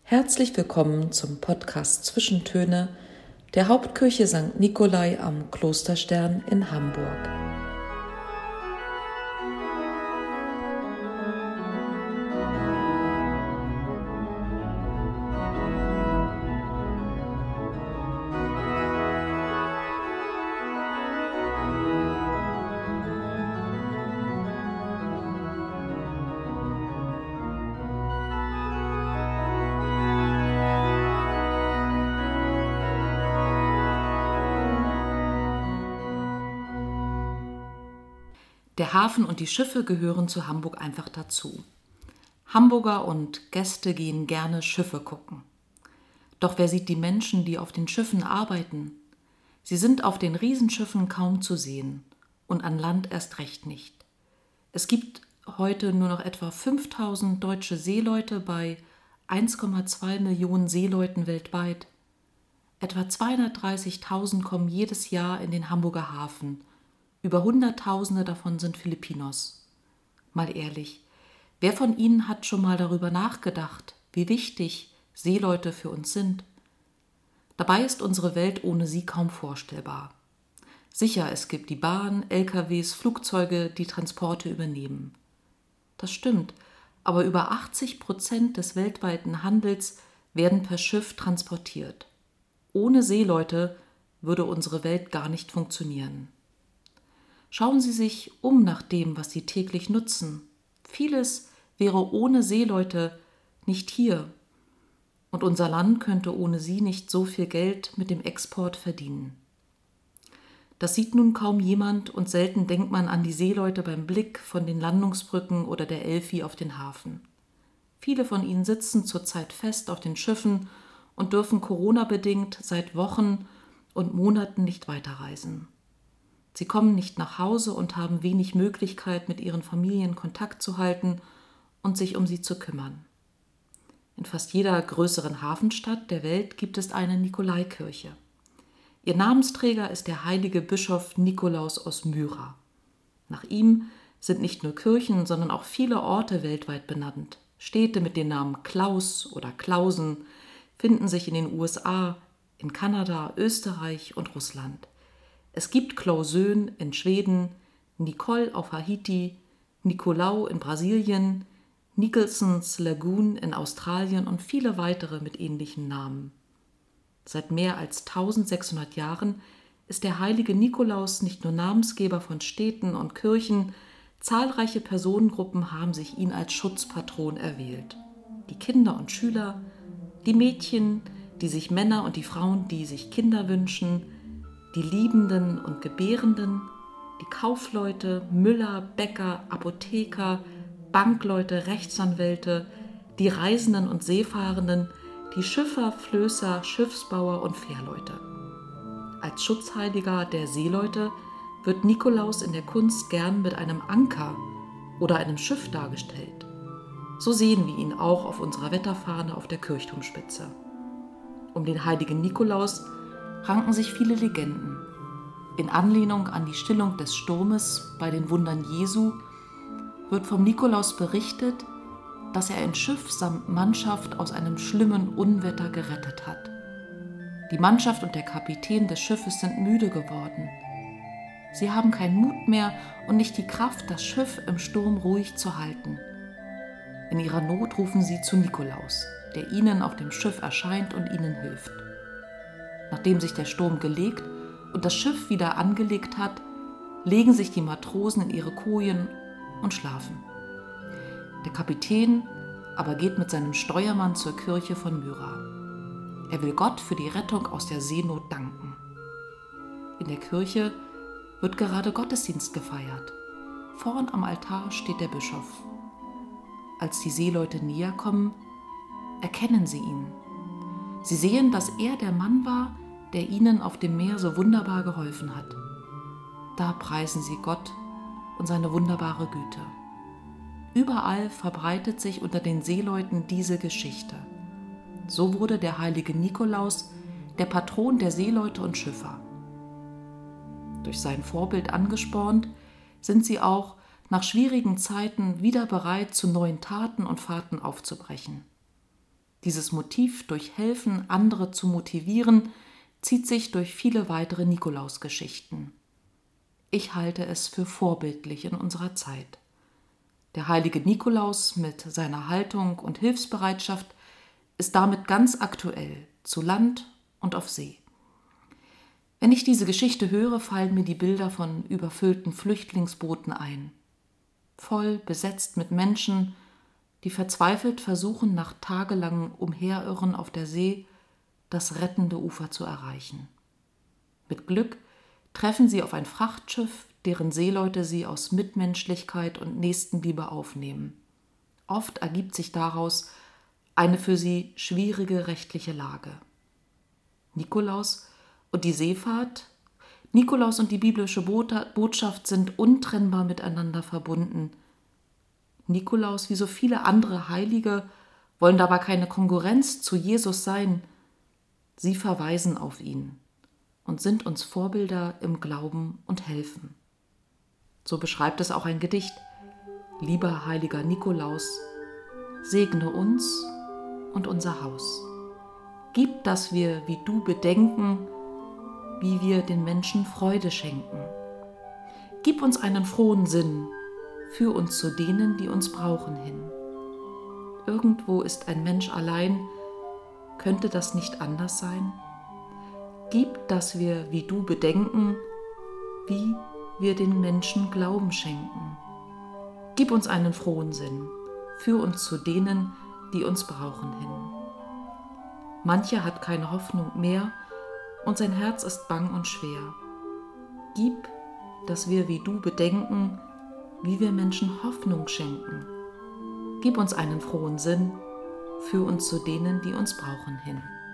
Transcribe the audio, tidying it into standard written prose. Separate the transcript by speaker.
Speaker 1: Herzlich willkommen zum Podcast Zwischentöne der Hauptkirche St. Nikolai am Klosterstern in Hamburg. Der Hafen und die Schiffe gehören zu Hamburg einfach dazu. Hamburger und Gäste gehen gerne Schiffe gucken. Doch wer sieht die Menschen, die auf den Schiffen arbeiten? Sie sind auf den Riesenschiffen kaum zu sehen und an Land erst recht nicht. Es gibt heute nur noch etwa 5000 deutsche Seeleute bei 1,2 Millionen Seeleuten weltweit. Etwa 230.000 kommen jedes Jahr in den Hamburger Hafen. Über Hunderttausende davon sind Filipinos. Mal ehrlich, wer von Ihnen hat schon mal darüber nachgedacht, wie wichtig Seeleute für uns sind? Dabei ist unsere Welt ohne sie kaum vorstellbar. Sicher, es gibt die Bahn, LKWs, Flugzeuge, die Transporte übernehmen. Das stimmt, aber über 80% des weltweiten Handels werden per Schiff transportiert. Ohne Seeleute würde unsere Welt gar nicht funktionieren. Schauen Sie sich um nach dem, was Sie täglich nutzen. Vieles wäre ohne Seeleute nicht hier. Und unser Land könnte ohne sie nicht so viel Geld mit dem Export verdienen. Das sieht nun kaum jemand und selten denkt man an die Seeleute beim Blick von den Landungsbrücken oder der Elfi auf den Hafen. Viele von ihnen sitzen zurzeit fest auf den Schiffen und dürfen Corona-bedingt seit Wochen und Monaten nicht weiterreisen. Sie kommen nicht nach Hause und haben wenig Möglichkeit, mit ihren Familien Kontakt zu halten und sich um sie zu kümmern. In fast jeder größeren Hafenstadt der Welt gibt es eine Nikolaikirche. Ihr Namensträger ist der heilige Bischof Nikolaus aus Myra. Nach ihm sind nicht nur Kirchen, sondern auch viele Orte weltweit benannt. Städte mit den Namen Klaus oder Klausen finden sich in den USA, in Kanada, Österreich und Russland. Es gibt Klausön in Schweden, Nicole auf Haiti, Nicolau in Brasilien, Nicholson's Lagoon in Australien und viele weitere mit ähnlichen Namen. Seit mehr als 1600 Jahren ist der heilige Nikolaus nicht nur Namensgeber von Städten und Kirchen, zahlreiche Personengruppen haben sich ihn als Schutzpatron erwählt. Die Kinder und Schüler, die Mädchen, die sich Männer und die Frauen, die sich Kinder wünschen, die Liebenden und Gebärenden, die Kaufleute, Müller, Bäcker, Apotheker, Bankleute, Rechtsanwälte, die Reisenden und Seefahrenden, die Schiffer, Flößer, Schiffsbauer und Fährleute. Als Schutzheiliger der Seeleute wird Nikolaus in der Kunst gern mit einem Anker oder einem Schiff dargestellt. So sehen wir ihn auch auf unserer Wetterfahne auf der Kirchturmspitze. Um den heiligen Nikolaus ranken sich viele Legenden. In Anlehnung an die Stillung des Sturmes bei den Wundern Jesu wird vom Nikolaus berichtet, dass er ein Schiff samt Mannschaft aus einem schlimmen Unwetter gerettet hat. Die Mannschaft und der Kapitän des Schiffes sind müde geworden. Sie haben keinen Mut mehr und nicht die Kraft, das Schiff im Sturm ruhig zu halten. In ihrer Not rufen sie zu Nikolaus, der ihnen auf dem Schiff erscheint und ihnen hilft. Nachdem sich der Sturm gelegt und das Schiff wieder angelegt hat, legen sich die Matrosen in ihre Kojen und schlafen. Der Kapitän aber geht mit seinem Steuermann zur Kirche von Myra. Er will Gott für die Rettung aus der Seenot danken. In der Kirche wird gerade Gottesdienst gefeiert. Vorn am Altar steht der Bischof. Als die Seeleute näher kommen, erkennen sie ihn. Sie sehen, dass er der Mann war, der ihnen auf dem Meer so wunderbar geholfen hat. Da preisen sie Gott und seine wunderbare Güte. Überall verbreitet sich unter den Seeleuten diese Geschichte. So wurde der heilige Nikolaus der Patron der Seeleute und Schiffer. Durch sein Vorbild angespornt, sind sie auch nach schwierigen Zeiten wieder bereit, zu neuen Taten und Fahrten aufzubrechen. Dieses Motiv, durch Helfen andere zu motivieren, zieht sich durch viele weitere Nikolausgeschichten. Ich halte es für vorbildlich in unserer Zeit. Der heilige Nikolaus mit seiner Haltung und Hilfsbereitschaft ist damit ganz aktuell, zu Land und auf See. Wenn ich diese Geschichte höre, fallen mir die Bilder von überfüllten Flüchtlingsbooten ein. Voll besetzt mit Menschen, die verzweifelt versuchen, nach tagelangem Umherirren auf der See das rettende Ufer zu erreichen. Mit Glück treffen sie auf ein Frachtschiff, deren Seeleute sie aus Mitmenschlichkeit und Nächstenliebe aufnehmen. Oft ergibt sich daraus eine für sie schwierige rechtliche Lage. Nikolaus und die Seefahrt, Nikolaus und die biblische Botschaft sind untrennbar miteinander verbunden. Nikolaus, wie so viele andere Heilige, wollen dabei keine Konkurrenz zu Jesus sein. Sie verweisen auf ihn und sind uns Vorbilder im Glauben und helfen. So beschreibt es auch ein Gedicht. Lieber heiliger Nikolaus, segne uns und unser Haus. Gib, dass wir, wie du, bedenken, wie wir den Menschen Freude schenken. Gib uns einen frohen Sinn, führ uns zu denen, die uns brauchen, hin. Irgendwo ist ein Mensch allein, könnte das nicht anders sein? Gib, dass wir, wie du, bedenken, wie wir den Menschen Glauben schenken. Gib uns einen frohen Sinn, führ uns zu denen, die uns brauchen, hin. Mancher hat keine Hoffnung mehr und sein Herz ist bang und schwer. Gib, dass wir, wie du, bedenken, wie wir Menschen Hoffnung schenken. Gib uns einen frohen Sinn, führ uns zu denen, die uns brauchen, hin.